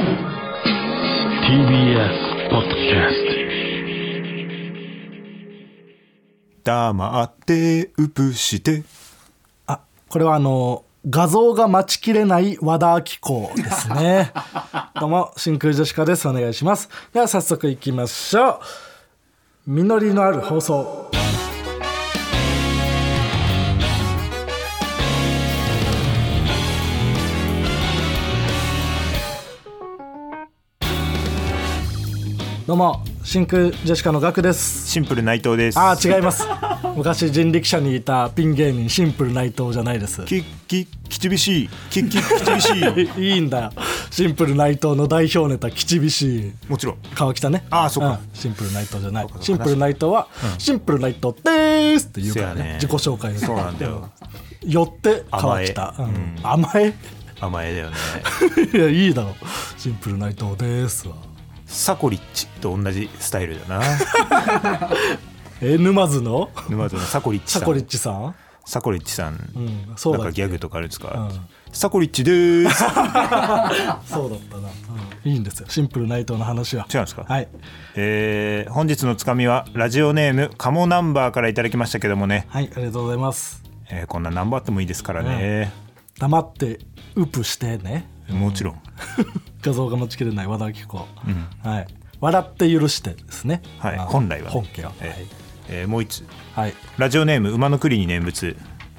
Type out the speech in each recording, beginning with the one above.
TBS ポッドキャスト黙ってうぷして。 これは画像が待ちきれない和田アキ子ですねどうも真空ジェシカです。お願いします。では早速いきましょう。実りのある放送。どうも真空ジェシカのガクです。 シンプル内藤です。 違います昔人力車にいたピン芸人シンプル内藤じゃないです。 きちびしいきちびしいいいんだよ。シンプル内藤の代表ネタきちびしい。 もちろん川北ね。 そうか、 シンプル内藤じゃない。シンプル内藤は、シンプル内藤でーすって言うからね。自己紹介。 そうなんだよ。 よって川北。甘えだよねいやいいだろ。シンプル内藤でーすわ。 サコリッチと同じスタイルだな沼津のサコリッチさん。 サコリッチさん、 そうだ。 なんかギャグとかあるんですか、サコリッチでーすそうだったな、いいんですよシンプル内藤の話は。 違うんですか。 はい、 本日のつかみはラジオネームカモナンバーからいただきましたけどもね。 はい、ありがとうございます。 こんなナンバーあってもいいですからね、 黙ってウプしてね。 もちろん画像が持ちきれない和田アキ子、はい、笑って許してですね、 はい、本来は、ね、 本家は、 もう一つ、 はい、 ラジオネーム馬の栗に念仏。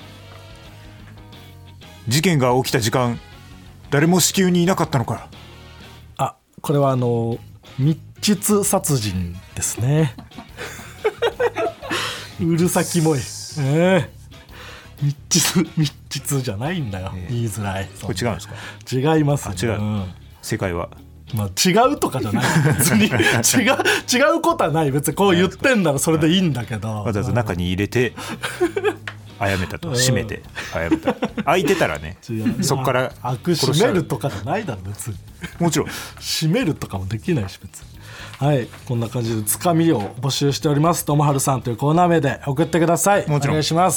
事件が起きた時間誰も至急にいなかったのか。 これは密室殺人ですねうるさきもい、密室じゃないんだよ、言いづらい。 これ違うんですか。 違います、 違う、正解は違うとかじゃない別に違うことはない。別にこう言ってんならそれでいいんだけど、 わざわざ中に入れて殺めたと、閉めて殺めた。開いてたらねそっから閉めるとかじゃないだろ別に。 もちろん閉めるとかもできないし別に。はい、こんな感じでつかみを募集しております。ともはるさんというコーナー名で送ってください。 もちろんお願いします、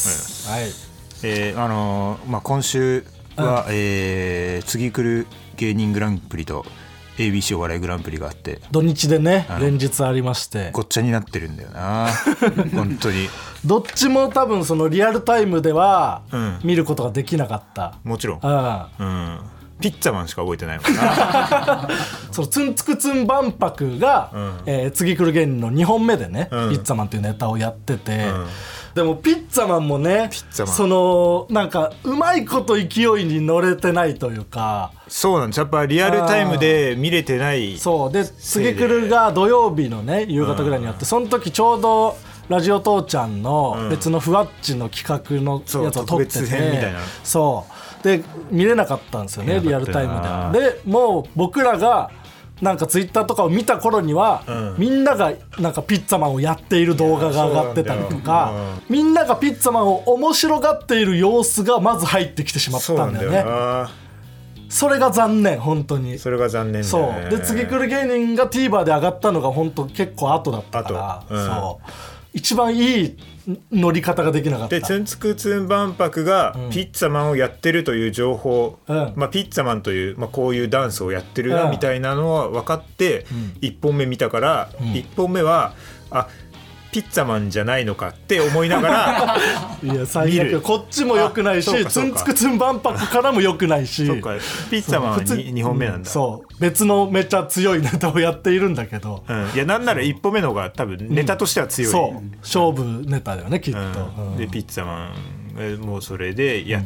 はい。 今週は、次来る芸人グランプリと ABC お笑いグランプリがあって、 土日でね連日ありまして、 ごっちゃになってるんだよな本当に。 どっちも多分そのリアルタイムでは見ることができなかった、 もちろん、ピッツァマンしか覚えてないもんなそのツンツクツン万博が、次来る芸人の2本目でね、ピッツァマンというネタをやってて、でもピッツァマンもね、そのなんかうまいこと勢いに乗れてないというか。 そうなんです、やっぱリアルタイムで見れてない。 そうで、次来るが土曜日のね夕方ぐらいにやって、その時ちょうどラジオ父ちゃんの別のふわっちの企画のやつを撮ってて、 特別編みたいな。 そうで見れなかったんですよね、リアルタイムでは。でもう僕らがなんかツイッターとかを見た頃には、みんながなんかピッツァマンをやっている動画が上がってたりとか、みんながピッツァマンを面白がっている様子がまず入ってきてしまったんだよね。それが残念、本当に。 それが残念だよね。 そうで、次来る芸人が TVer で上がったのが本当結構後だったから、そう一番いい乗り方ができなかった。 でツンツクツン万博がピッツァマンをやってるという情報、ピッツァマンという、こういうダンスをやってるなみたいなのは分かって、1本目見たから、1本目はピッツァマンじゃないのかって思いながらいや最悪、こっちも良くないし、ツンツクツン万博からも良くないし。 そうか、ピッツァマンは 2本目なんだ。 そう別のめっちゃ強いネタをやっているんだけど、 いやなんなら1本目の方が多分ネタとしては強い、 そう勝負ネタだよねきっと、 でピッツァマンもうそれでやって、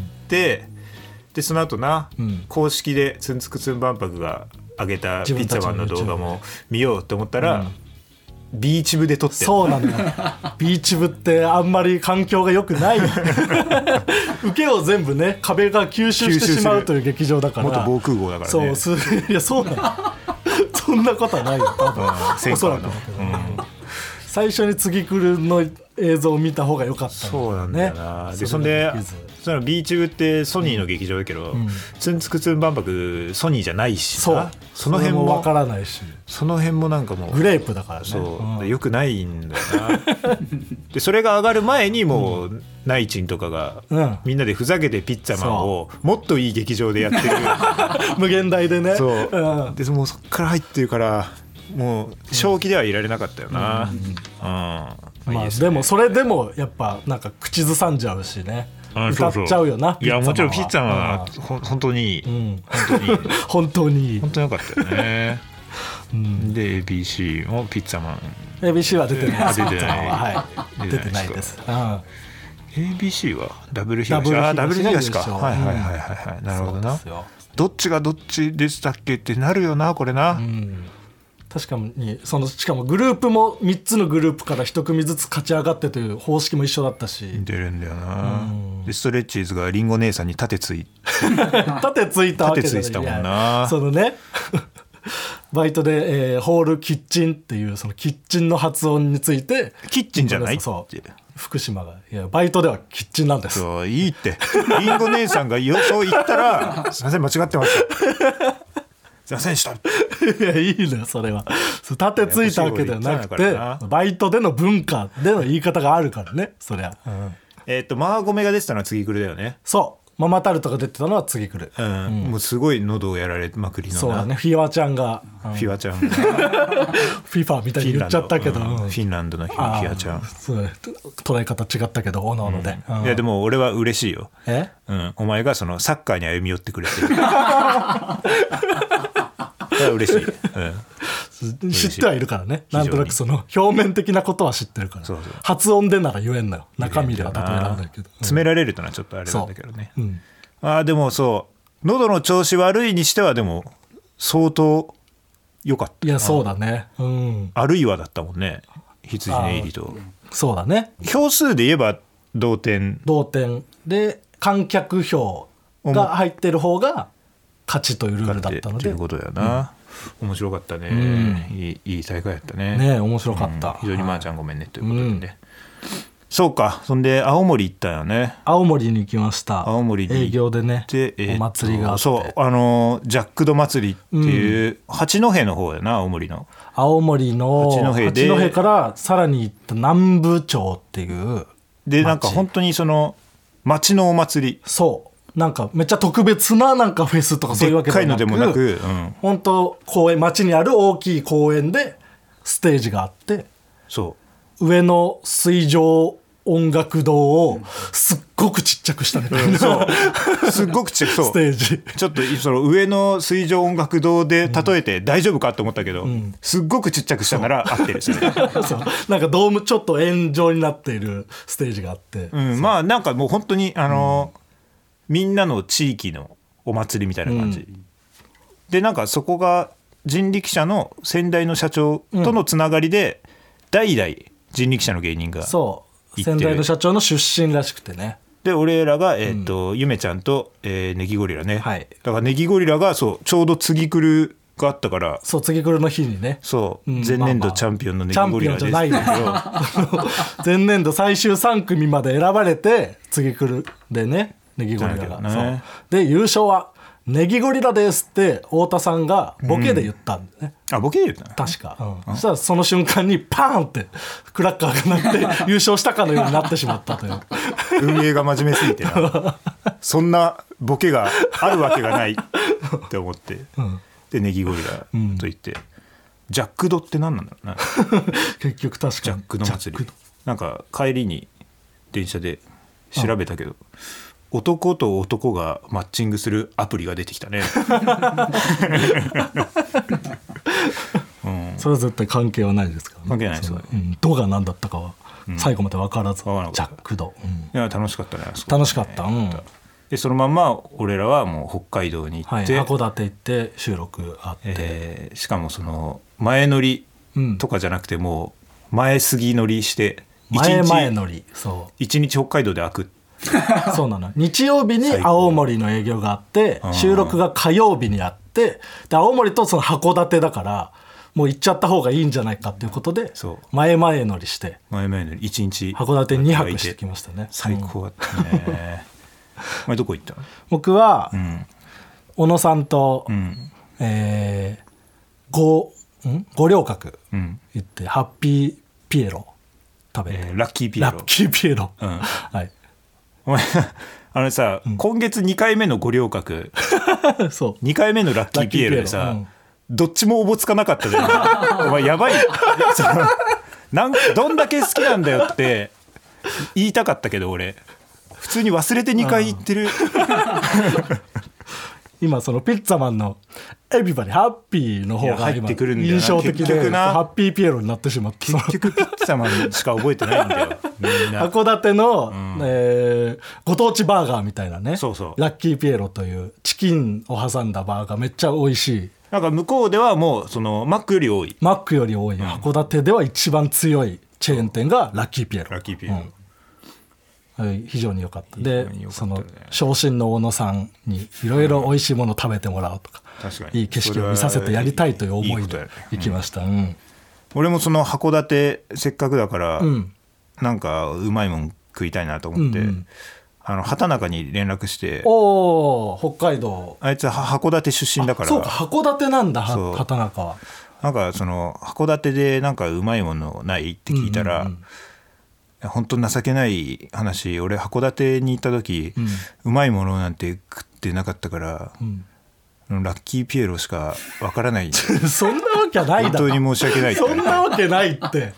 でその後な、公式でツンツクツン万博が上げたピッツァマンの動画も見ようと思ったら、ビーチ部で撮ってる。 そうなんだよビーチ部ってあんまり環境が良くない受けを全部ね壁が吸収してしまうという劇場だから。 元防空壕だからね。 そういやそうなのそんなことはないよ多分、 戦火の、 最初に次来るの映像を見た方が良かった、ね、 そうなんだよな。でそんでそのビーチ部ってソニーの劇場だけど、ツンツクツン万博ソニーじゃないし、その辺も分からないし、 その辺もなんかもうグレープだからね。 そう、よくないんだよなでそれが上がる前にもうナイチンとかが、みんなでふざけてピッツァマンをもっといい劇場でやってる無限大でね。 そう、でもうそっから入ってるからもう正気ではいられなかったよな。 まあでもそれでもやっぱなんか口ずさんじゃうしね、歌っちゃうよな。 いやもちろんピッツァマンは本当にいい、 本当に本当によかったよね。で ABC もピッツァマン ABC は出てない。 出てない、 はい、出てないです。 ABC はダブル東か。ダブル東か。はいはいはいはい、なるほどな。どっちがどっちでしたっけってなるよなこれな。 確かにしかもグループも3つのグループから1組ずつ勝ち上がってという方式も一緒だったし。 似てるんだよな。でストレッチーズがリンゴ姉さんに盾つい盾ついたわけじゃない。 盾ついてたもんな。 そのねバイトで、ホールキッチンっていうそのキッチンの発音についてキッチンじゃないって福島がいやバイトではキッチンなんです。 そういいってリンゴ姉さんがそう言ったらすいません間違ってましたすいませんでした。 いやいいのよそれは。盾ついたわけではなくてバイトでの文化での言い方があるからねそりゃ。 マーゴメが出てたのは次来るだよね。 そうママタルトが出てたのは次来る。 もうすごい喉をやられまくりのな。 そうだねフィワちゃんが、 フィワちゃんがフィファみたいに言っちゃったけど、 フィンランドのフィワちゃん。 そう捉え方違ったけどおのおので、 いやでも俺は嬉しいよ。お前がそのサッカーに歩み寄ってくれてるそれは嬉しい。 知ってはいるからね。なんとなくその表面的なことは知ってるから。発音でなら言えんのよ。中身では例えられないけど。 詰められるとのはちょっとあれなんだけどね。でもそう喉の調子悪いにしてはでも相当良かった。 いやそうだね。 あるいはだったもんね羊ネイリと。 そうだね。 票数で言えば同点で観客票が入ってる方が勝ちというルールだったので。ということだよな。面白かったね。いい大会やったね。 ね面白かった。 非常にまーちゃんごめんねということでね。そうか。そんで青森行ったよね。 青森に行きました。青森に営業でね。お祭りがあって。 そうジャックド祭りっていう八戸の方やな青森の。 青森の八戸からさらに行った南部町っていうでなんか本当にその町のお祭り。 そうなんかめっちゃ特別ななんかフェスとかそういうわけでもなく、本当町にある大きい公園でステージがあって、そう上の水上音楽堂をすっごくちっちゃくしたみたいな、 すっごくちっちゃくステージちょっとその上の水上音楽堂で例えて大丈夫かって思ったけど、すっごくちっちゃくしたなら合ってるそうなんかドームちょっと円状になっているステージがあって、 まあなんかもう本当にみんなの地域のお祭りみたいな感じ、でなんかそこが人力車の先代の社長とのつながりで、代々人力車の芸人がそう先代の社長の出身らしくてね。 で俺らが、ゆめちゃんと、ネギゴリラね、だからネギゴリラがちょうど次来るがあったから、 次来るの日にね、 前年度チャンピオンのネギゴリラです。 チャンピオンじゃないんですよ前年度最終3組まで選ばれて次来るでねネギゴリラが、で優勝はネギゴリラですって太田さんがボケで言ったんだね、 ボケで言ったの確か、そしたらその瞬間にパーンってクラッカーが鳴って優勝したかのようになってしまったという運営が真面目すぎてなそんなボケがあるわけがないって思って、でネギゴリラと言って、ジャックドって何なんだろうな結局確かにジャックド祭り、なんか帰りに電車で調べたけど、男と男がマッチングするアプリが出てきたねそれは絶対関係はないですからね。 関係ないですよね。 ドが何だったかは最後まで分からず、ジャックド、 いや楽しかったね。 楽しかった、 でそのまんま俺らはもう北海道に行って、 函館行って収録あって、 しかもその前乗りとかじゃなくてもう前過ぎ乗りして前乗り、 一日北海道で開くそうなの。日曜日に青森の営業があって収録が火曜日にあって、で青森とその函館だからもう行っちゃった方がいいんじゃないかっていうことで前乗りして前乗り1日函館2泊してきましたね。 最高だったねお前どこ行ったの？ 僕は、小野さんと、五稜郭行って、ハッピーピエロ食べて、 ラッキーピエロ、 はい、 お前さ、今月2回目の五稜郭そう 2回目のラッキーピエロでさ、どっちもおぼつかなかったじゃん。お前やばいどんだけ好きなんだよって言いたかったけど、俺普通に忘れて2回言ってる。 今そのピッツァマンのエビバディハッピーの方が入ってくるんだよな。 印象的でハッピーピエロになってしまって、 結局ピッツァマンしか覚えてないんだよみんな。 函館の、ご当地バーガーみたいなね。 そうそう、 ラッキーピエロというチキンを挟んだバーガーめっちゃ美味しい。 なんか向こうではもうそのマックより多い、 マックより多い、函館では一番強いチェーン店がラッキーピエロ。 ラッキーピエロ、 非常に良かった。でその昇進の小野さんにいろいろ美味しいもの食べてもらおうとか、いい景色を見させてやりたいという思いで行きました。 俺もその函館せっかくだから、なんかうまいもん食いたいなと思って、畑中に連絡して、 北海道、 あいつ函館出身だから。 そうか、函館なんだ畑中は。 なんかその函館でなんかうまいものないって聞いたら、本当情けない話、俺函館に行った時、うまいものなんて食ってなかったから、ラッキーピエロしかわからないそんなわけないだろ、 本当に申し訳ないって。 そんなわけないって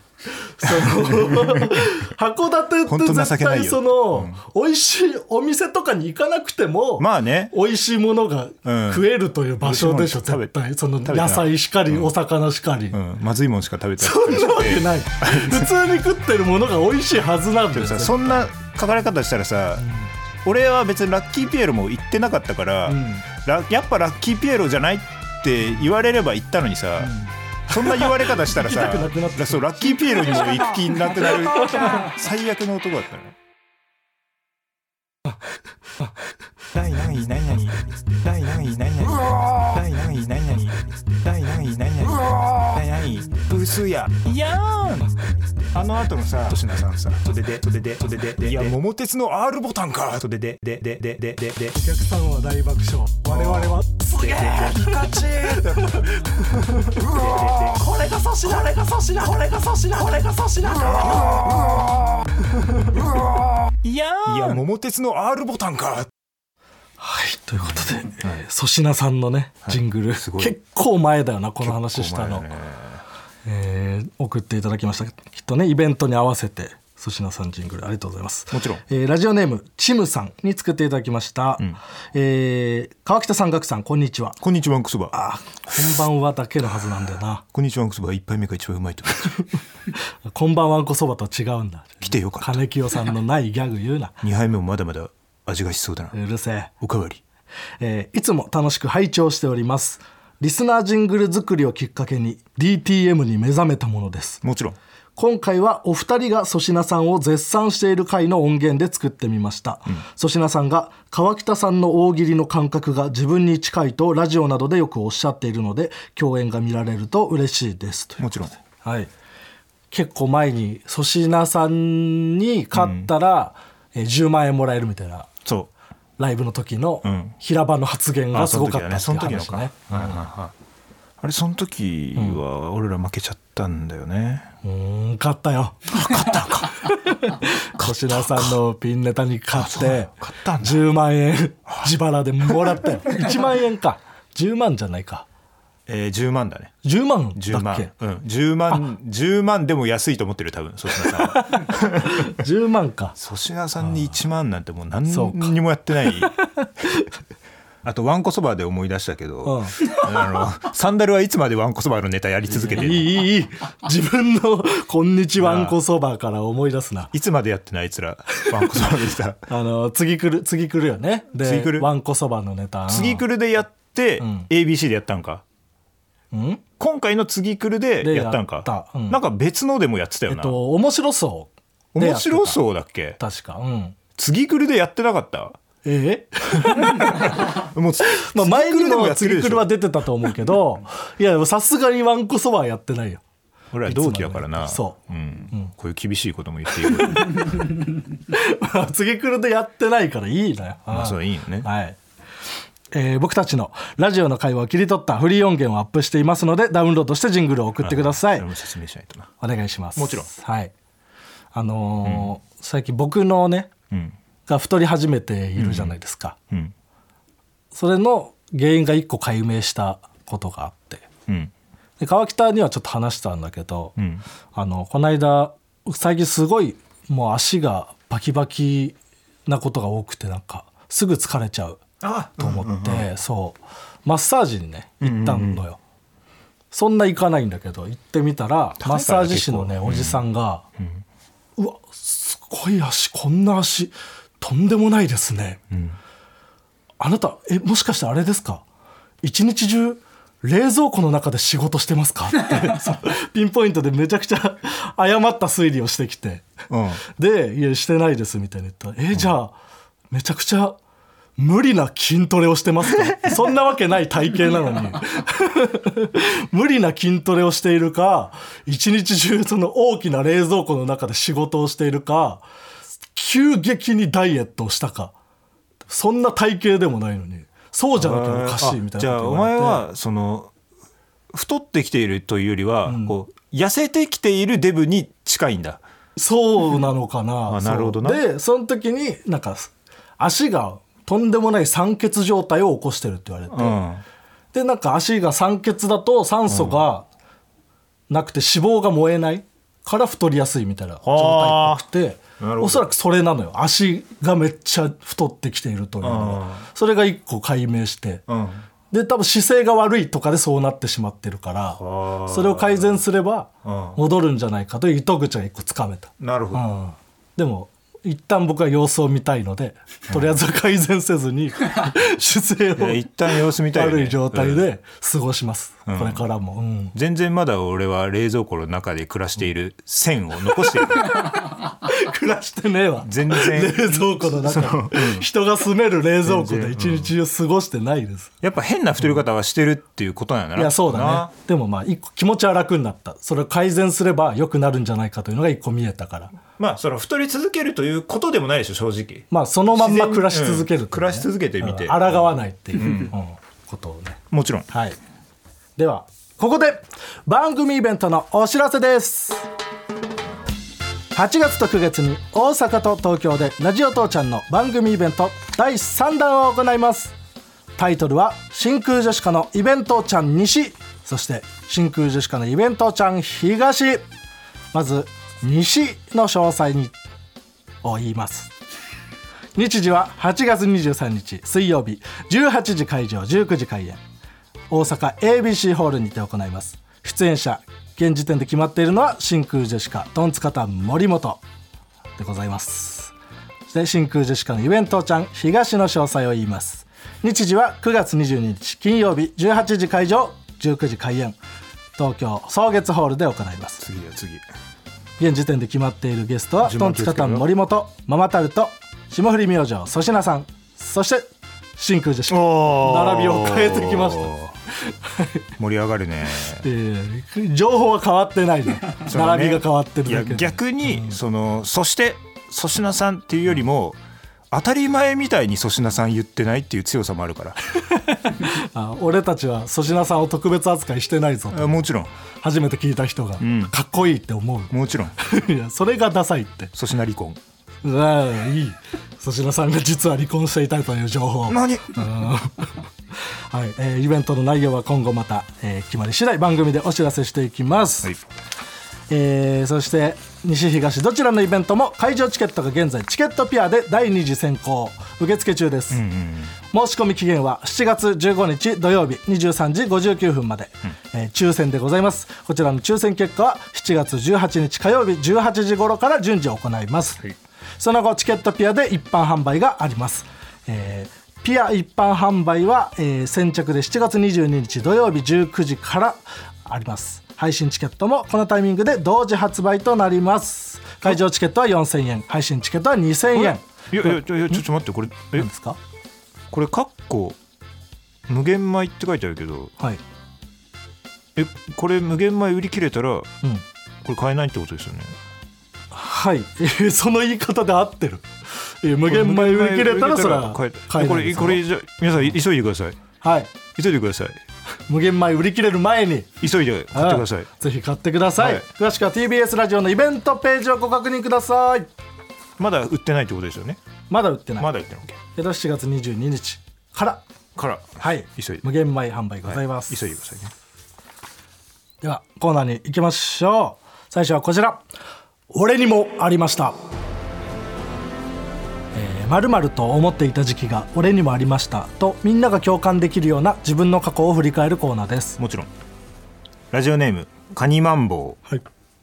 函館って絶対その、美味しいお店とかに行かなくても、 まあね、 美味しいものが食えるという場所でしょ、絶対。その野菜しかり、お魚しかり、 まずいものしか食べてない。 そんなわけない普通に食ってるものが美味しいはずなんだよ。 そんな書かれ方したらさ、俺は別にラッキーピエロも行ってなかったから、やっぱラッキーピエロじゃないって言われれば行ったのにさ、そんな言われ方したらさそうラッキーピエロにも行く気なくなる最悪の男だったね。第何位何々第何位何々第何位何々第何位何々第何位ブスやいやーん。あの後のさ、粗品さんさ、袖でいや桃鉄の R ボタンか、袖でお客さんは大爆笑、我々はすげえピカチュこれが粗品、これが粗品、これが粗品、これが粗品いや桃鉄の R ボタンか。 はい、ということで、粗品さんのねジングル、結構前だよなこの話したの、送っていただきました。きっとねイベントに合わせて粗品さんジングルありがとうございます。 もちろん、 ラジオネームチムさんに作っていただきました、川北さん、ガクさん、こんにちは。 こんにちは、ワンコそば。 こんばんはだけのはずなんだよな。 こんにちは、ワンコそば1杯目が一番うまいとこんばんわんこそばと違うんだ。 来てよかった。 金清さんのないギャグ言うな 2杯目もまだまだ味がしそうだな。 うるせえ。 おかわり。 いつも楽しく拝聴しております。リスナージングル作りをきっかけに DTM に目覚めたものです。 もちろん。 今回はお二人が粗品さんを絶賛している回の音源で作ってみました、粗品さんが川北さんの大喜利の感覚が自分に近いとラジオなどでよくおっしゃっているので、共演が見られると嬉しいですという。 もちろん、 はい、結構前に粗品さんに勝ったら、10万円もらえるみたいな、 そうライブの時の平場の発言がすごかったっていう話ね。 その時のか、あれその時は俺ら負けちゃったんだよね。 勝ったよ。 勝ったか。 粗品さんのピンネタに勝って10万円自腹でもらったよ。1万円か10万じゃないか、 10万だね。 10万だっけ。 10万でも安いと思ってる多分粗品さんは。 10万か。 粗品さんに1万なんてもう何にもやってない。あとわんこそばで思い出したけど、サンダルはいつまでわんこそばのネタやり続けてるの。 いい自分のこんにちわんこそばから思い出すな。 いつまでやってないあいつらわんこそばでさ。 次来るよね。で次来るわんこそばのネタ次来るでやって、ABC でやったんか。今回の次来るでやったんか。なんか別のでもやってたよな。 面白そうだっけ確か。 次来るでやってなかった。 もう前にも次来るは出てたと思うけど、いやさすがにわんこそばはやってないよ。 俺は同期やからな。 そう、 こういう厳しいことも言っている。 次来るでやってないからいいなよ。 まあそういいよね。 はい。僕たちのラジオの会話を切り取ったフリー音源をアップしていますので、ダウンロードしてジングルを送ってください。 それも説明しないとな。 お願いします。 もちろん。 はい。最近僕のね、 が太り始めているじゃないですか、 うん、 それの原因が1個解明したことがあって、 うん、 で川北にはちょっと話したんだけど、 うん、 この間最近すごいもう足がバキバキなことが多くてなんかすぐ疲れちゃうと思って、そうマッサージにね行ったのよ、そんな行かないんだけど行ってみたらマッサージ師のねおじさんが、うわすごい足、こんな足とんでもないですね、あなたもしかしてあれですか、一日中冷蔵庫の中で仕事してますかってピンポイントでめちゃくちゃ誤った推理をしてきて、でいやしてないですみたいに言ったら、じゃあめちゃくちゃ無理な筋トレをしてますかそんなわけない体型なのに無理な筋トレをしているか、一日中その大きな冷蔵庫の中で仕事をしているか、急激にダイエットをしたか、そんな体型でもないのにそうじゃなきゃおかしいみたいなこと言われて、 じゃあお前はその太ってきているというよりは、こう痩せてきているデブに近いんだ。 そうなのかななるほどな。 でその時になんか足がとんでもない酸欠状態を起こしてるって言われて、でなんか足が酸欠だと酸素がなくて脂肪が燃えないから太りやすいみたいな状態っぽくて、おそらくそれなのよ、足がめっちゃ太ってきているというのは、それが一個解明して、で多分姿勢が悪いとかでそうなってしまってるから、それを改善すれば戻るんじゃないかという糸口が一個つかめた。 なるほど、 でも一旦僕は様子を見たいので、とりあえず改善せずに姿勢を一旦様子見たい、ね、 悪い状態で過ごします、これからも、 全然まだ俺は冷蔵庫の中で暮らしている線を残している暮らしてねえわ、 全然冷蔵庫の中で、人が住める冷蔵庫で一日中過ごしてないです。 やっぱ変な太り方はしてるっていうことなんだな。 いやそうだね。でもまあ一個気持ちは楽になった。それを改善すれば良くなるんじゃないかというのが一個見えたから。 まあその太り続けるということでもないでしょ正直。 まあそのまんま暮らし続ける、 暮らし続けてみて抗わないっていう、ことをね。 もちろん。 はい。ではここで番組イベントのお知らせです。8月と9月に大阪と東京でラジオ父ちゃんの番組イベント第3弾を行います。タイトルは真空ジェシカのイベントちゃん西、そして真空ジェシカのイベントちゃん東。まず西の詳細を言います。日時は8月23日水曜日18時会場19時開演、大阪 ABC ホールにて行います。出演者現時点で決まっているのは真空ジェシカ、トンツカタン、森本でございます。そして真空ジェシカのイベントちゃん東の詳細を言います。日時は9月22日金曜日18時会場19時開演、東京草月ホールで行います。 次だ次。 現時点で決まっているゲストはトンツカタン、森本、ママタルト、霜降り明星、粗品さん、そして真空ジェシカ、並びを変えてきました盛り上がるね情報は変わってないね、並びが変わってるだけで。 逆に、そして粗品さんっていうよりも、当たり前みたいに粗品さん言ってないっていう強さもあるから俺たちは粗品さんを特別扱いしてないぞと。 もちろん初めて聞いた人が、かっこいいって思う。 もちろんいやそれがダサいって。 粗品離婚、 いい粗品さんが実は離婚していたという情報。 何はい、イベントの内容は今後また、決まり次第番組でお知らせしていきます、はい。そして西東どちらのイベントも会場チケットが現在チケットピアで第2次選考受付中です、申し込み期限は7月15日土曜日23時59分まで、抽選でございます。こちらの抽選結果は7月18日火曜日18時頃から順次行います、はい。その後チケットピアで一般販売があります、ピア一般販売は、先着で7月22日土曜日19時からあります。配信チケットもこのタイミングで同時発売となります。会場チケットは4000円、配信チケットは2000円。 いやちょっと待って、これ何ですか？ これカッコ無限米って書いてあるけど、 はい、 これ無限米売り切れたら、これ買えないってことですよね。 はい、その言い方で合ってる。無限米売り切れたらそれは買えないです。 これじゃ皆さん急いでください。 はい、 急いでください。 無限米売り切れる前に急いで買ってください。 ぜひ買ってください、はい。詳しくは TBS ラジオのイベントページをご確認ください。 まだ売ってないってことですよね。 まだ売ってない。 まだ売ってるわけ。 7月22日からはい、 急いで無限米販売ございます、 急いでくださいね。 ではコーナーに行きましょう。最初はこちら。俺にもありました。〇〇と思っていた時期が俺にもありましたと、みんなが共感できるような自分の過去を振り返るコーナーです。 もちろん。ラジオネームカニマンボウ、 はい、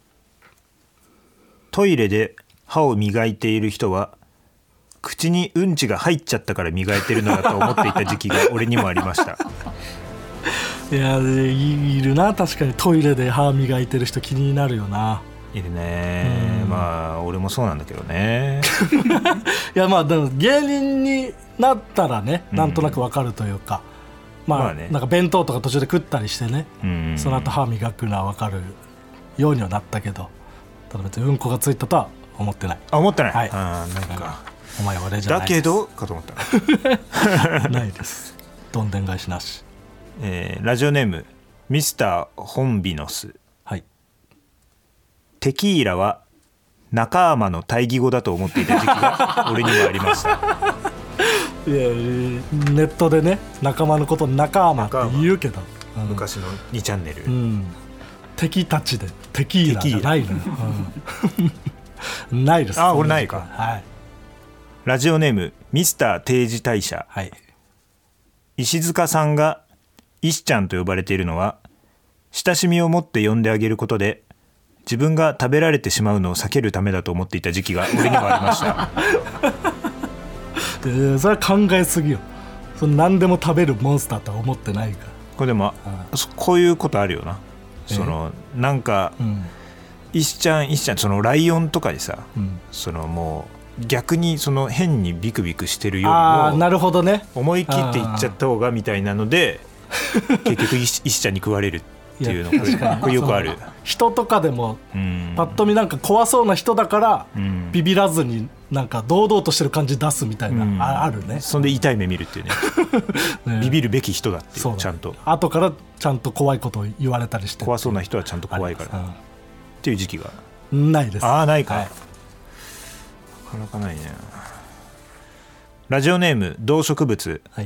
トイレで歯を磨いている人は口にうんちが入っちゃったから磨いてるのだと思っていた時期が俺にもありました。 いや、いるな。確かにトイレで歯磨いてる人気になるよな。 いるね。まあ俺もそうなんだけどね。 いや、まあでも芸人になったらね、なんとなくわかるというか、まあね、なんか弁当とか途中で食ったりしてね、その後歯磨くのはわかるようにはなったけど、ただ別にうんこがついたとは思ってない。 思ってない、 はい、 なんかお前俺じゃないだけどかと思ったないです。どんでん返しなし。 ラジオネームミスターホンビノス、 はい、 テキーラは仲間の対義語だと思っていた時期が俺にもありました。 いや、ネットでね、仲間のこと仲間って言うけど、 昔の2チャンネル、 敵たちでテキーラじゃないのよ、ないです。 あ、俺ないか。 はい、 ラジオネームミスター定時退社、 はい、 石塚さんが石ちゃんと呼ばれているのは親しみを持って呼んであげることで自分が食べられてしまうのを避けるためだと思っていた時期が俺にもありました。 それは考えすぎよ。その何でも食べるモンスターとは思ってないから。 これでもこういうことあるよな。そのなんか、石ちゃんそのライオンとかでさ、そのもう逆にその変にビクビクしてるよりも、 なるほどね、 思い切っていっちゃった方がみたいなので結局石ちゃんに食われるっていうのがこれよくある。 人とかでもパッと見なんか怖そうな人だからビビらずになんか堂々としてる感じ出すみたいな、あるね。 そんで痛い目見るっていうね。ビビるべき人だっていう、ちゃんと後からちゃんと怖いことを言われたりして、 怖そうな人はちゃんと怖いからっていう時期がないです。 ないか、なかなかないね。ラジオネーム動植物、はい、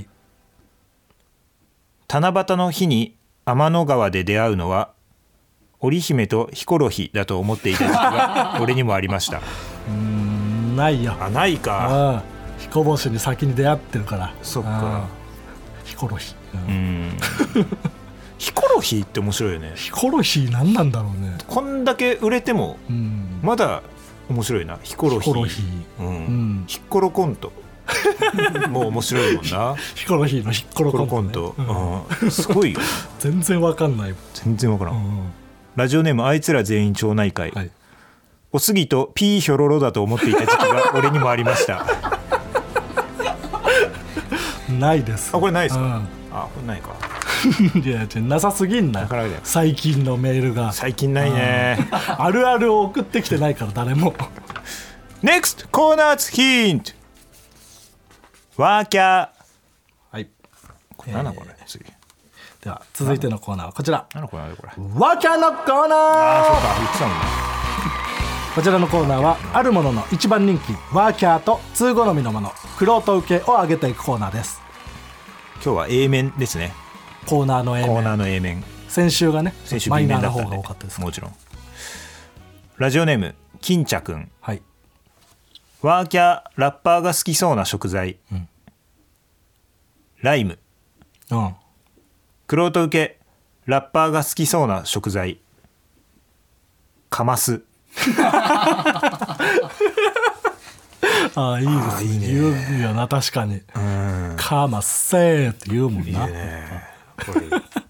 七夕の日に天の川で出会うのは織姫とヒコロヒーだと思っていた時期が俺にもありました。 ないよ。 ないか。 彦星に先に出会ってるから。 そっか。 ヒコロヒー、 ヒコロヒーって面白いよね。 ヒコロヒー何なんだろうね。 こんだけ売れてもまだ面白いな。ヒコロヒー、ヒッコロコントもう面白いもんな。ヒコロヒーのヒッコロコント、 すごいよ。 全然わかんない。 全然わからん。ラジオネームあいつら全員町内会、はい、おすぎとピーヒョロロだと思っていた時期が俺にもありました。 ないです。 これないですか。これないか。 いやなさすぎんな。最近のメールが最近ないね。 あるあるを送ってきてないから誰も。 NEXT コーナーズヒントワーキャー。はい、これ何だこれ、次。 では続いてのコーナーはこちら。 何のコーナーだこれ。 ワーキャーのコーナー。 そうか、言ってたもんね。 こちらのコーナーはあるものの一番人気ワーキャーと通好みのもの玄人受けを上げていくコーナーです。 今日は A 面ですね。 コーナーの A 面。先週がね、マイナーな方が多かったです。 もちろん。ラジオネーム金茶くん、 はい、 ワーキャーラッパーが好きそうな食材、ライム。玄人受けラッパーが好きそうな食材、カマス。 いいですね。言うよな、確かに。カマセーって言うもんな。いいね、これ。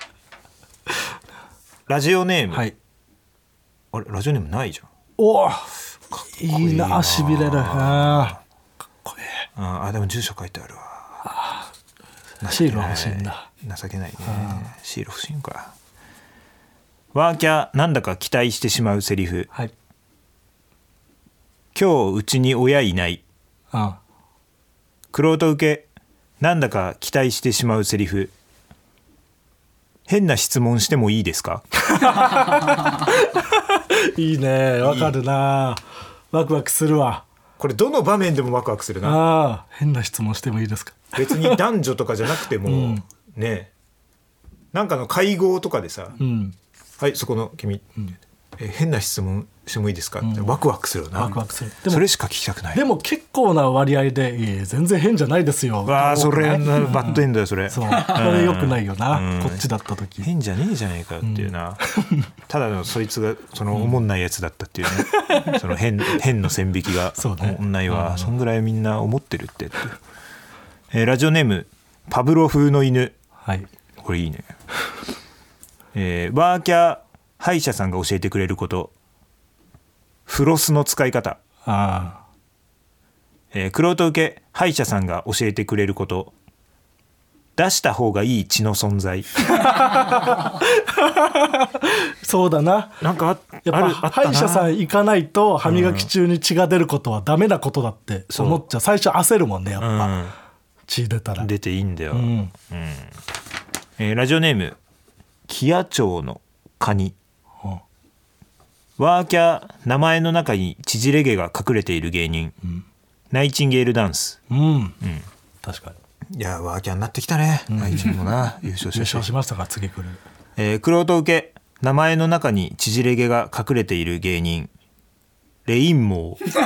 ラジオネーム、 はい、 あれラジオネームないじゃん。 おいいな、しびれる。かっこいい。 でも住所書いてあるわ。 シール欲しいんだ。 情けないね。シール欲しいんか。ワーキャーなんだか期待してしまうセリフ、はい、今日うちに親いない。玄人受けなんだか期待してしまうセリフ、変な質問してもいいですか。いいね、わかるな。ワクワクするわ。 ここれどの場面でもワクワクするな。 あ、変な質問してもいいですか？ 別に男女とかじゃなくても、ね、なんかの会合とかでさ、はいそこの君、変な質問してもいいですかってワクワクするな。 ワクワクする。 それしか聞きたくない。 でも結構な割合で全然変じゃないですよ。 わあそれバッドエンドよそれ。 そう、これ良くないよな、こっちだった時。 変じゃねえじゃねえかっていうな、ただのそいつがそのおもんないやつだったっていうね、その変の線引きがおもんないわ、そんぐらいみんな思ってるってラジオネームパブロ風の犬、はい、これいいねワーキャー歯医者さんが教えてくれること、フロスの使い方。クロート受け歯医者さんが教えてくれること、出した方がいい血の存在そうだな、 なんかやっぱ歯医者さん行かないと歯磨き中に血が出ることはダメなことだって思っちゃう。最初焦るもんね、やっぱ、血出たら出ていいんだよ、ラジオネームキヤチョウのカニ、ワーキャー名前の中に縮れ毛が隠れている芸人、ナイチンゲールダンス。 確かに。 いやワーキャーになってきたね、ナイチンもな優勝しましたから次来る。クロート受け名前の中に縮れ毛が隠れている芸人、レインモー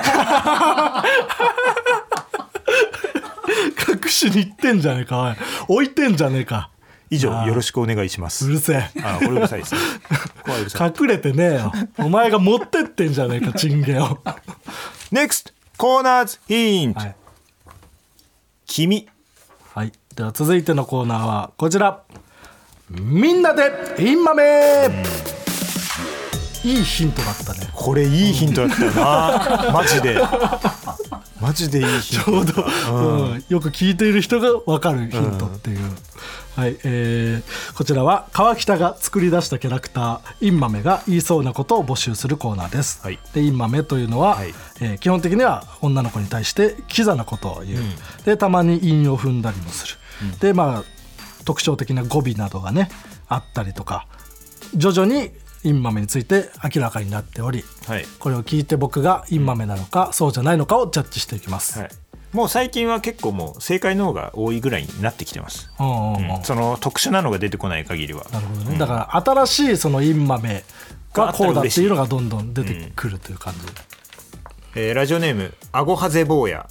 隠しに行ってんじゃねえか、置いてんじゃねえか。 以上よろしくお願いします。 うるせえ。 これうるさいですね隠れてねえよ、お前が持ってってんじゃねえかチンゲを NEXT コーナーズヒント、君。 はい、では続いてのコーナーはこちら、みんなでインマメ。いいヒントだったね。 これいいヒントだったよなマジでマジでいいヒント。 ちょうど、よく聞いている人が分かるヒントっていう、はい、こちらは川北が作り出したキャラクターインマメが言いそうなことを募集するコーナーです、はい、でインマメというのは、基本的には女の子に対してキザなことを言う、でたまに韻を踏んだりもする、でまあ特徴的な語尾などがねあったりとか、徐々にインマメについて明らかになっており、これを聞いて僕がインマメなのかそうじゃないのかをジャッジしていきます、 もう最近は結構もう正解の方が多いぐらいになってきてます、その特殊なのが出てこない限りは。 なるほどね、だから新しいそのインマメがこうだっていうのがどんどん出てくるという感じ、 ラジオネームアゴハゼ坊や、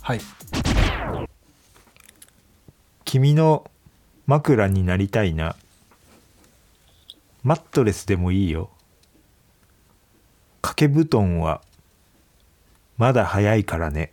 君の枕になりたいな、マットレスでもいいよ、掛け布団はまだ早いからね。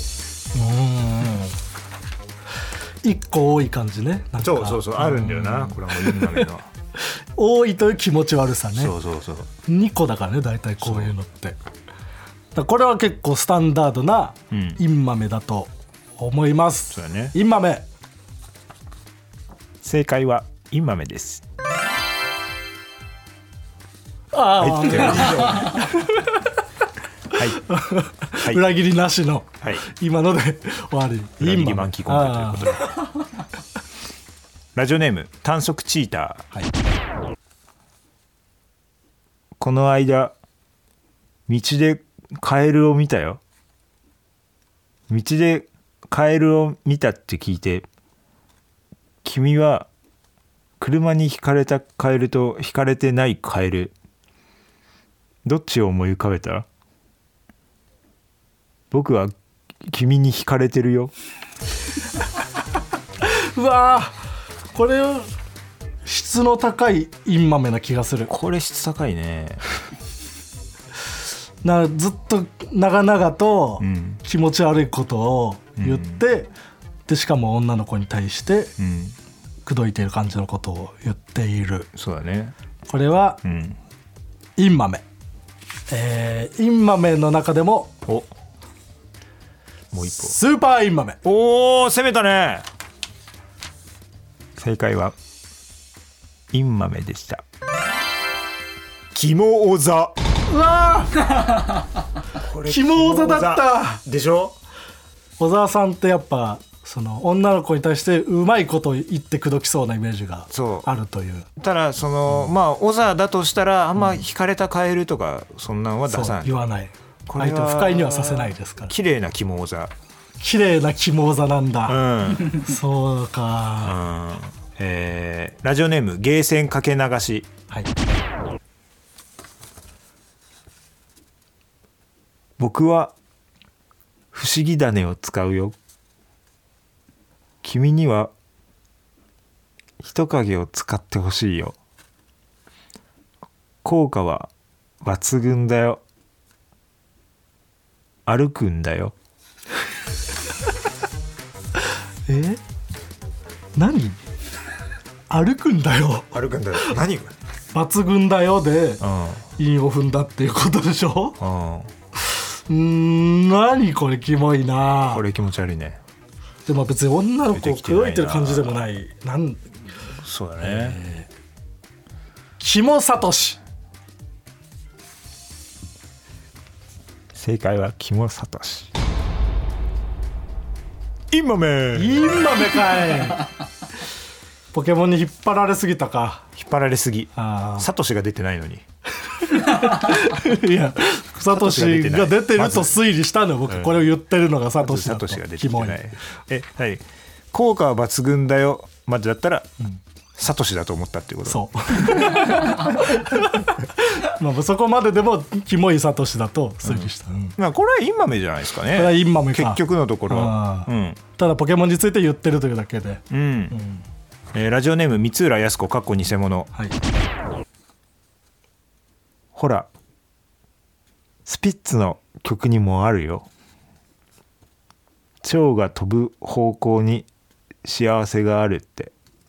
1個多い感じね。なんかそうあるんだよな、これはもうインマメの多いという気持ち悪さね。 そう 2個だからね大体こういうのって。だこれは結構スタンダードなインマメだと思います、 そうだね。 インマメ。 正解はインマメです。 裏切りなしの、今ので終わり。 裏切りマンキーコンペということでラジオネーム短足チーター、この間道でカエルを見たよ。道でカエルを見たって聞いて、君は車にひかれたカエルとひかれてないカエル、どっちを思い浮かべた？僕は君に惹かれてるようわー、これ質の高いインマメな気がする。 これ質高いねずっと長々と気持ち悪いことを言って、でしかも女の子に対して口説いている感じのことを言っている。 そうだね。 これは、インマメ、インマメの中でももう一歩スーパーインマメ。 おー攻めたね。正解はインマメでした。キモオザ。 うわーキモオザだったでしょ。 小沢さんってやっぱその女の子に対してうまいこと言って口説きそうなイメージがあるという。 ただその、まあオザだとしたらあんま惹かれたカエルとかそんなんは出さない。 言わない。 相手を不快にはさせないですから。 綺麗な肝座。 綺麗な肝座なんだ、そうか、 ラジオネームゲーセンかけ流し、 はい、 僕は不思議種を使うよ。君には人影を使ってほしいよ。効果は抜群だよ。歩くんだよ。 何？歩くんだよ。 歩くんだよ。何？ 抜群だよで韻を踏んだっていうことでしょ。何これキモいな。 これ気持ち悪いね。 でも別に女の子を口説いてる感じでもない。 そうだね。 キモサトシ。 正解はキモサトシ。インマメかい。ポケモンに引っ張られすぎたか。 引っ張られすぎ。サトシが出てないのに。 いやサトシが出てると推理したの、僕これを言ってるのがサトシだと。 サトシが出てない。何？効果は抜群だよまでだったら、サトシだと思ったっていうこと。 そうまあそこまででもキモいサトシだと推理した、 まあこれはインマメじゃないですかね。 これはインマメか結局のところは、 ただポケモンについて言ってるというだけで、 ラジオネーム三浦靖子（偽物）、はい、ほらスピッツの曲にもあるよ。蝶が飛ぶ方向に幸せがあるって。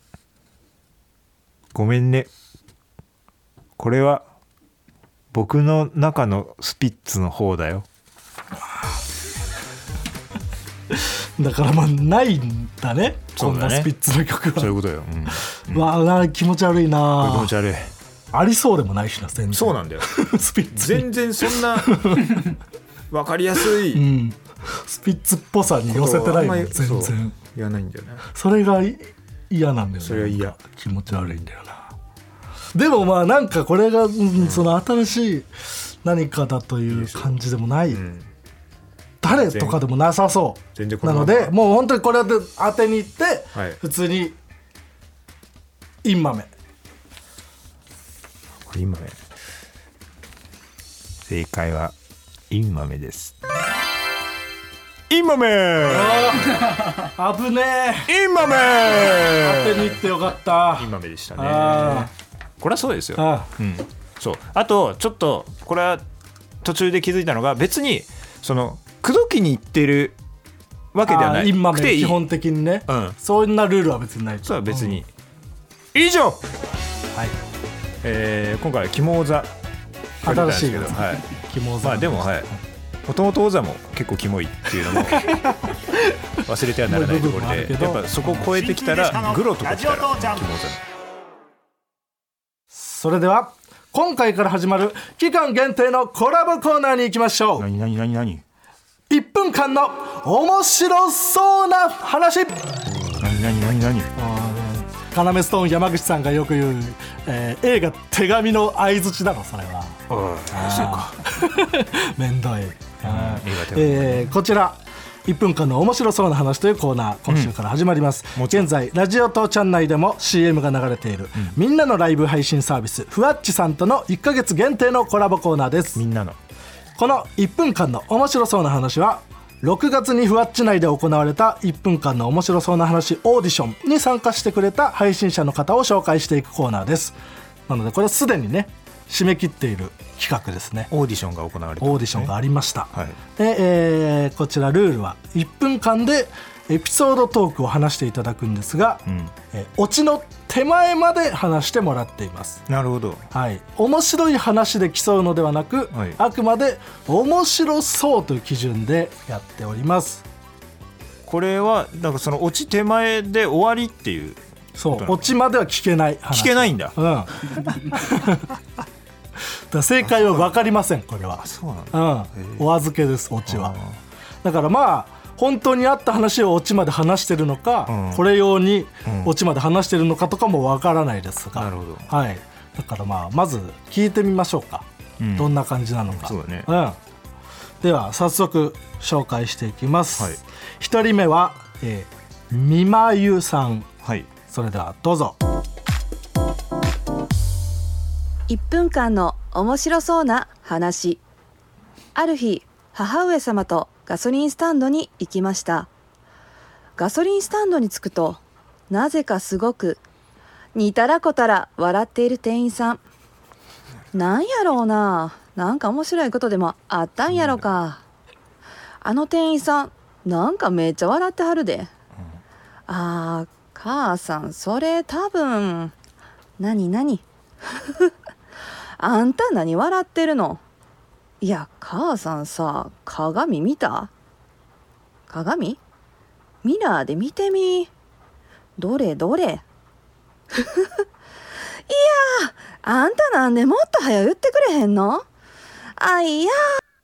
ごめんね、これは僕の中のスピッツの方だよ。 だからまあないんだね、こんなスピッツの曲は。 そういうことよ。 わあ気持ち悪いな。 気持ち悪い。 ありそうでもないしな。全然そうなんだよ。 スピッツ全然そんな分かりやすい、 スピッツっぽさに寄せてないもん全然。 言わないんだよね。 それが嫌なんだよね。 それは嫌。 気持ち悪いんだよな。でもまあなんかこれが、その新しい何かだという感じでもない、誰とかでもなさそうなので、もう本当にこれで当てにいって、普通にインマメ。 これインマメ。正解はインマメです。インマメ危ねえ。 インマメ当てにいってよかった。 インマメでしたね。これはそうですよ。そう。あとちょっとこれは途中で気づいたのが、別にその口説きに行ってるわけではない。 インマメ基本的にね、そんなルールは別にない。 そう別に、以上、今回は肝座新しいやつ、 肝座。まあでももともと王座も結構キモいっていうのも忘れてはならないところで、やっぱそこを超えてきたらグロとか来たら肝座。 それでは今回から始まる期間限定のコラボコーナーに行きましょう。 何1 分間の面白そうな話。 何要ストーン山口さんがよく言う、映画手紙の相槌だろそれは。 そうかめんどい。こちら1分間の面白そうな話というコーナー、今週から始まります。現在ラジオ父ちゃん内でも CM が流れている、みんなのライブ配信サービスふわっちさんとの1ヶ月限定のコラボコーナーです。 みんなのこの1分間の面白そうな話は6月にふわっち内で行われた1分間の面白そうな話オーディションに参加してくれた配信者の方を紹介していくコーナーです。なのでこれはすでにね締め切っている企画ですね。 オーディションが行われた、 オーディションがありました、で、こちらルールは1分間でエピソードトークを話していただくんですが、オチの手前まで話してもらっています。 なるほど。 面白い話で競うのではなく、あくまで面白そうという基準でやっております。 これはなんかそのオチ手前で終わりっていう。 そうオチまでは聞けない話。 聞けないんだ。 だ正解は分かりませんこれは。 そうなんだ。 お預けですオチは。だからまあ本当にあった話をオチまで話してるのか、これ用にオチまで話してるのかとかも分からないですが、 なるほど。 だからまず聞いてみましょうか、どんな感じなのか。 そうだね。 では早速紹介していきます、 はい、 1人目は、みまゆさん、 はい、 それではどうぞ。 1分間の面白そうな話。ある日、母上様とガソリンスタンドに行きました。ガソリンスタンドに着くと、なぜかすごくにたらこたら笑っている店員さん。なんやろうな、なんか面白いことでもあったんやろか。あの店員さん、なんかめっちゃ笑ってはるで。あー、母さん、それ多分何あんた何笑ってるの。いや、母さんさ、鏡見た？鏡？ミラーで見てみ。どれいやー、あんたなんでもっと早言ってくれへんの？あいや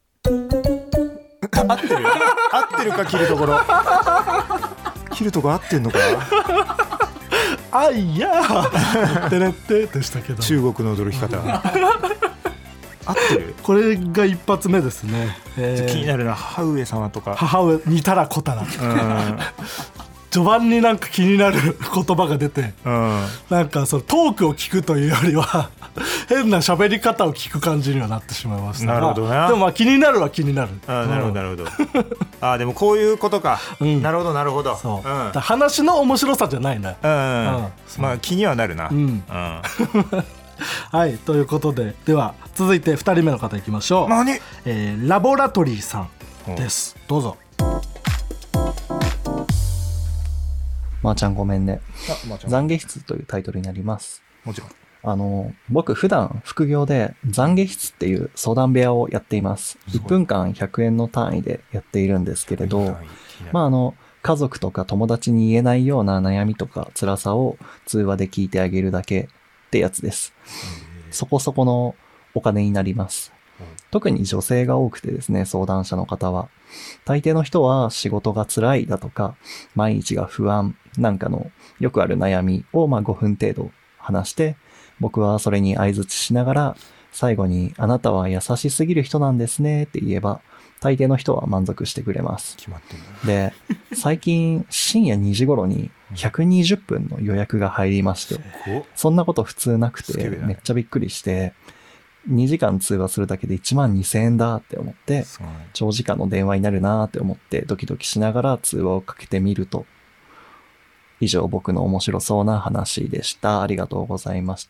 合ってるか、切るところ切るとこ合ってんのかあいやーてれってでしたけど、 中国の驚き方合ってる？ これが一発目ですね、 気になるな。母上様とか母上にたらこたら序盤になんか気になる言葉が出て、なんかそのトークを聞くというよりは変な喋り方を聞く感じにはなってしまいましたが、 なるほどな。 でもまあ気になるは気になる。 なるほどなるほどあ、でもこういうことか、なるほどなるほど。 そう、だ話の面白さじゃないね。 まあ気にはなるな。 はい、ということで、では続いて2人目の方いきましょう。ラボラトリーさんです。どうぞ。 まーちゃんごめんね。懺悔室というタイトルになります。 もちろん。 僕普段副業で懺悔室っていう相談部屋をやっています。1分間100円の単位でやっているんですけれど、まあ家族とか友達に言えないような悩みとか辛さを通話で聞いてあげるだけってやつです。そこそこのお金になります。特に女性が多くてですね、相談者の方は。大抵の人は仕事が辛いだとか、毎日が不安なんかのよくある悩みを5分程度話して、僕はそれに相槌しながら、最後にあなたは優しすぎる人なんですねって言えば、大抵の人は満足してくれます。 決まってる。 で、最近深夜2時頃に120分の予約が入りまして、そんなこと普通なくてめっちゃびっくりして、2時間通話するだけで12,000円だって思って、長時間の電話になるなって思ってドキドキしながら通話をかけてみると、以上僕の面白そうな話でした。ありがとうございました。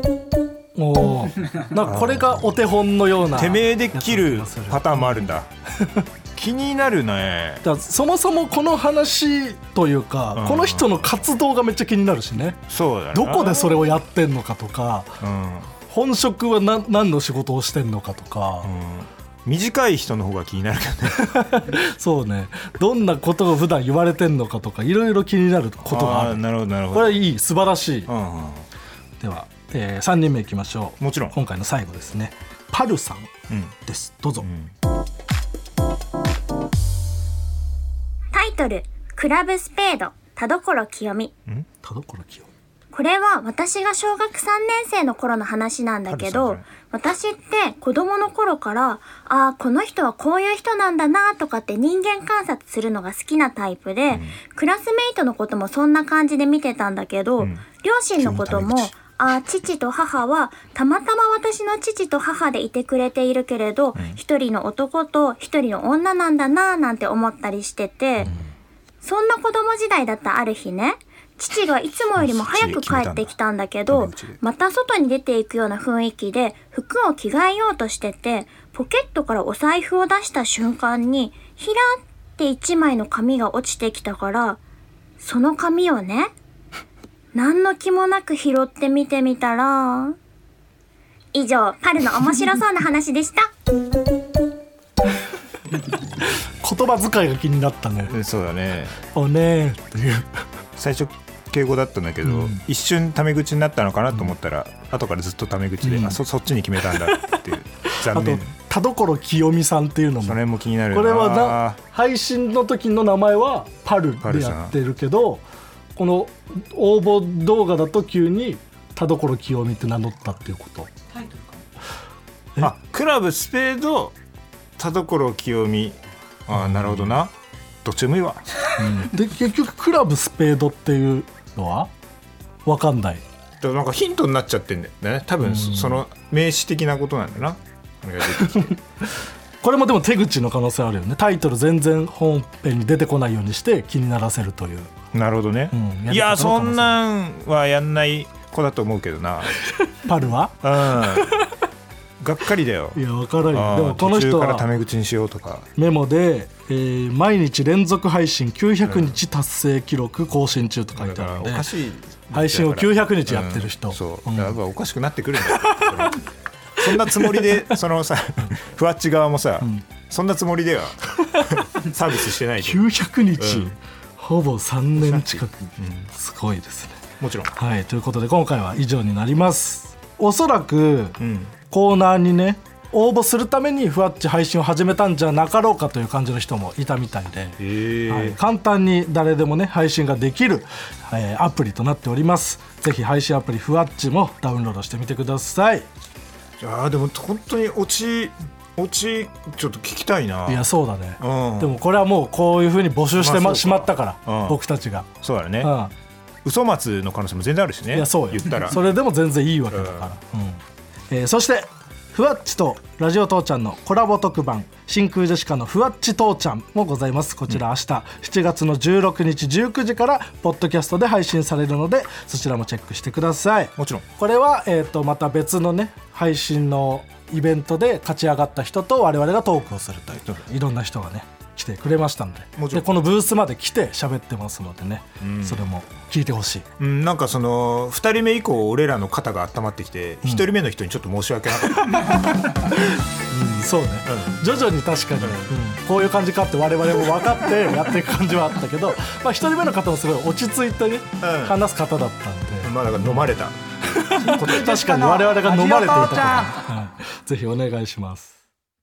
なんかこれがお手本のような。 てめえで切るパターンもあるんだ気になるね。 だそもそもこの話というか、この人の活動がめっちゃ気になるしね。 そうだな。 どこでそれをやってんのかとか、本職は何の仕事をしてんのかとか、 短い人の方が気になるけどねそうね、どんなことが普段言われてんのかとかいろいろ気になることがある。 なるほどなるほど。 これいい、素晴らしい。では、3人目いきましょう。 もちろん。 今回の最後ですね、パルさんです、どうぞ。 タイトル、クラブスペード田所清美。 田所清美、 これは私が小学3年生の頃の話なんだけど、私って子供の頃からこの人はこういう人なんだなとかって人間観察するのが好きなタイプで、クラスメイトのこともそんな感じで見てたんだけど、両親のことも父と母はたまたま私の父と母でいてくれているけれど、一人の男と一人の女なんだななんて思ったりしてて、そんな子供時代だったある日ね、父がいつもよりも早く帰ってきたんだけど、また外に出ていくような雰囲気で服を着替えようとしてて、ポケットからお財布を出した瞬間にひらって一枚の紙が落ちてきたから、その紙をね、何の気もなく拾って見てみたら、以上、パルの面白そうな話でした言葉遣いが気になったね。 そうだね。 おねーっていう最初敬語だったんだけど、一瞬タメ口になったのかなと思ったら、後からずっとタメ口で、そっちに決めたんだっていう残念。 あと田所清美さんっていうのも、 それも気になるな。 これは配信の時の名前はパルでやってるけど、この応募動画だと急に田所清美って名乗ったっていうこと。タイトルか。 クラブスペード田所清美、なるほどな、どっちでもいいわ、 で結局クラブスペードっていうのは分かんない。 だからなんかヒントになっちゃってんだよね多分、その名詞的なことなんだな、これが出てきてこれもでも手口の可能性あるよね。タイトル全然本編に出てこないようにして気にならせるという。 なるほどね、いやそんなんはやんない子だと思うけどなパルはがっかりだよ。 いや分からんよ。でもこの途中人はからタメ口にしようとかメモで、毎日連続配信900日達成記録更新中と書いてあるんで、 おかしい配信を900日やってる人、 そうやっぱおかしくなってくるんだよそんなつもりでそのさふわっち側もさ、そんなつもりではサービスしてないで 900日、ほぼ3年近く、すごいですね。 もちろん、 はい、ということで今回は以上になります。おそらく、コーナーにね応募するためにふわっち配信を始めたんじゃなかろうかという感じの人もいたみたいで、はい、簡単に誰でもね配信ができる、アプリとなっております。ぜひ配信アプリふわっちもダウンロードしてみてください。 いやでも本当にオチちょっと聞きたいな。 いやそうだね、でもこれはもうこういう風に募集してしまったから、僕たちがそうだね、嘘松の可能性も全然あるしね。 いやそうよ、 言ったらそれでも全然いいわけだから、そしてふわっちとラジオ父ちゃんのコラボ特番真空ジェシカのふわっち父ちゃんもございます。こちら明日7月の16日19時からポッドキャストで配信されるのでそちらもチェックしてください。 もちろんこれは、また別のね配信のイベントで勝ち上がった人と我々がトークをするといういろんな人がね来てくれましたん でこのブースまで来て喋ってますのでね、それも聞いてほしい、 なんかその2人目以降俺らの肩が温まってきて、1人目の人にちょっと申し訳なかったそうね、徐々に確かに、こういう感じかって我々も分かってやっていく感じはあったけど1人目の方もすごい落ち着いてね、話す方だったんで、 だから飲まれた確かに我々が飲まれていたこと、ぜひお願いします。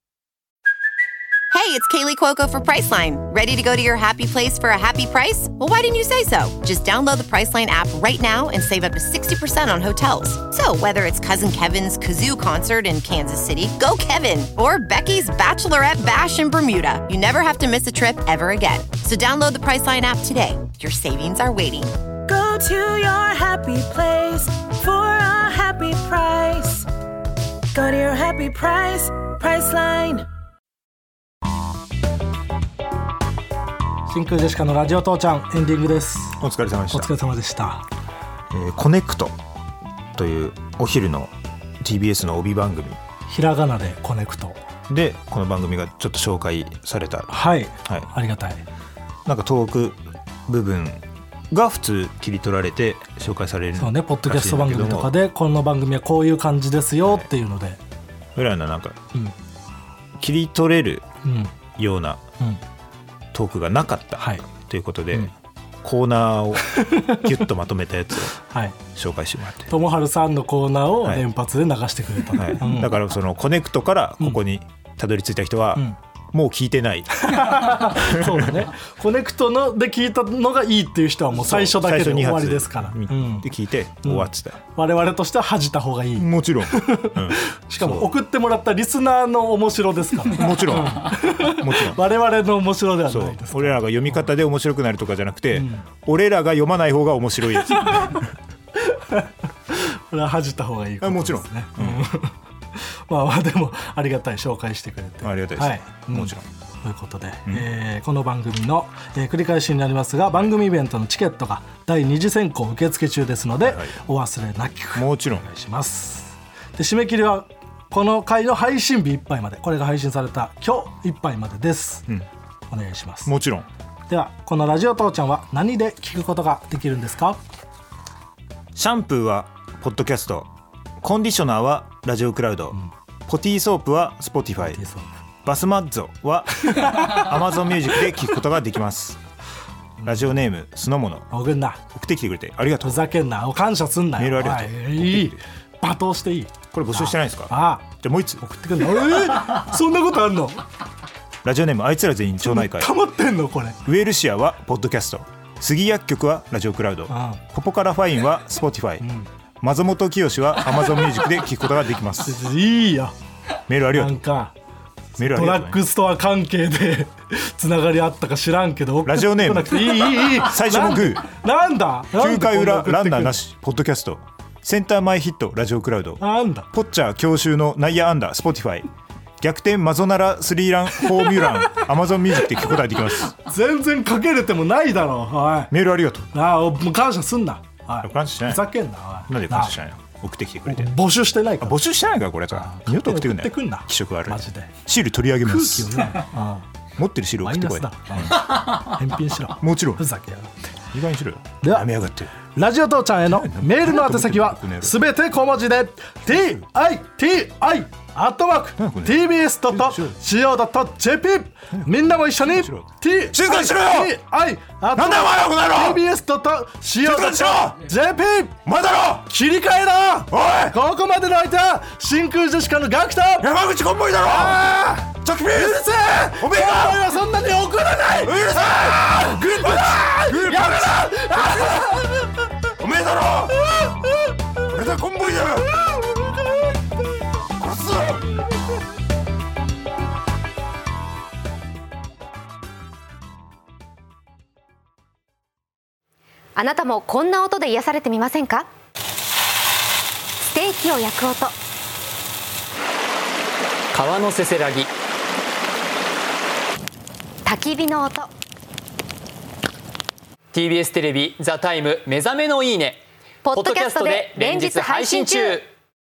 Hey, it's Kaylee Cuoco for Priceline. Ready to go to your happy place for a happy price? Well, why didn't you say so? Just download the Priceline app right now and save up to 60% on hotels. So whether it's Cousin Kevin's Kazoo Concert in Kansas City, go Kevin, or Becky's Bachelorette Bash in Bermuda, you never have to miss a trip ever again. So download the Priceline app today. Your savings are waiting. Go to your happy place for a happy price. Go to your happy price, Priceline.真空ジェシカのラジオ父ちゃんエンディングです。 お疲れ様でした。 お疲れ様でした。 コネクトというお昼の TBS の帯番組、 ひらがなでコネクトでこの番組がちょっと紹介された。 はい、ありがたい。 なんかトーク部分が普通切り取られて紹介される。 そうね、ポッドキャスト番組とかでこの番組はこういう感じですよっていうので、 俺らのなんか、切り取れるような、トークがなかった、ということで、コーナーをギュッとまとめたやつを紹介してもらって、 ともはるさんのコーナーを連発で流してくれた、 だからそのコネクトからここにたどり着いた人は、もう聞いてないそうだね、コネクトので聞いたのがいいっていう人はもう最初だけで終わりですから、 で聞いて終わってた、 我々としては恥じた方がいい。 もちろん、 しかも送ってもらったリスナーの面白ですから、 もちろん我々の面白ではないです。 俺らが読み方で面白くなるとかじゃなくて、俺らが読まない方が面白いやつこれは恥じた方がいいことですね。もちろん、まあでもありがたい、紹介してくれてありがたいです、もちろん。 ということで、この番組の、繰り返しになりますが、番組イベントのチケットが第2次選考受付中ですので、お忘れなくもちろんお願いします。で締め切りはこの回の配信日いっぱいまで、これが配信された今日いっぱいまでです、お願いします。 もちろん。 ではこのラジオ父ちゃんは何で聞くことができるんですか？ シャンプーはポッドキャスト、コンディショナーはラジオクラウド、ポティーソープはスポティファイ、バスマッゾはAmazon ミュージックで聞くことができます。ラジオネームスノモノ、送ってきてくれてありがとう。 ふざけんな、感謝すんなよ。 メールありがとう。 いい、罵倒していい。 これ募集してないですか？じゃあもう一つ送ってくるの。そんなことあんの？ ラジオネームあいつら全員町内会、 溜まってんのこれ。 ウェルシアはポッドキャスト、杉薬局はラジオクラウド、ポポカラファインはスポティファイ、マゾモトキヨシは Amazon ミュージックで聞くことができます。 いいよ、 メールありがとう。 なんかメールあドりがとうね。 ラッグストア関係でつながりあったか知らんけど、 ラジオネーム送ってこなくていい最初のグーなんだ 9回裏ランナーなし。 しポッドキャストセンター前ヒットラジオクラウドなんだポッチャー強襲の内野安打スポティファイ逆転マゾナラスリーランフォーミュランアマゾンミュージックで聞くことができます。 全然かけれてもないだろう。おいメールありがとう。 もう感謝すんな。おい感謝しないふざけんな。おいなんで感謝しないの。送ってきてくれて。 募集してないから。 募集してないからこれさ二度と送ってくんなよ。 送ってくんな気色悪いマジでシール取り上げま空す。 気をね持ってるシール送ってこい。 マイナスだ。返品しろ。 もちろんふざけやがって。 意外にしろよ。 ではやめやがって。 ラジオ父ちゃんへのメールの宛先はすべて小文字で TITI@tbs.co.jp みんなも一緒に静かにしろよ。なんだよお前はこの野郎。 TBS.co.jp お前だろ。 切り替えろ。 おいここまでの相手は真空ジェシカのガクト。 山口コンボイだろ。チョキピーうるせえ。 おめえがお前はそんなに怒らない。 うるせえグーパンチグーパンチおめえだろ。俺だコンボイだよ。殺すぞ。 あなたもこんな音で癒されてみませんか？ステーキを焼く音、 川のせせらぎ、 焚き火の音。 TBS テレビ「ザタイム目覚めのいいね」 ポッドキャストで連日配信中。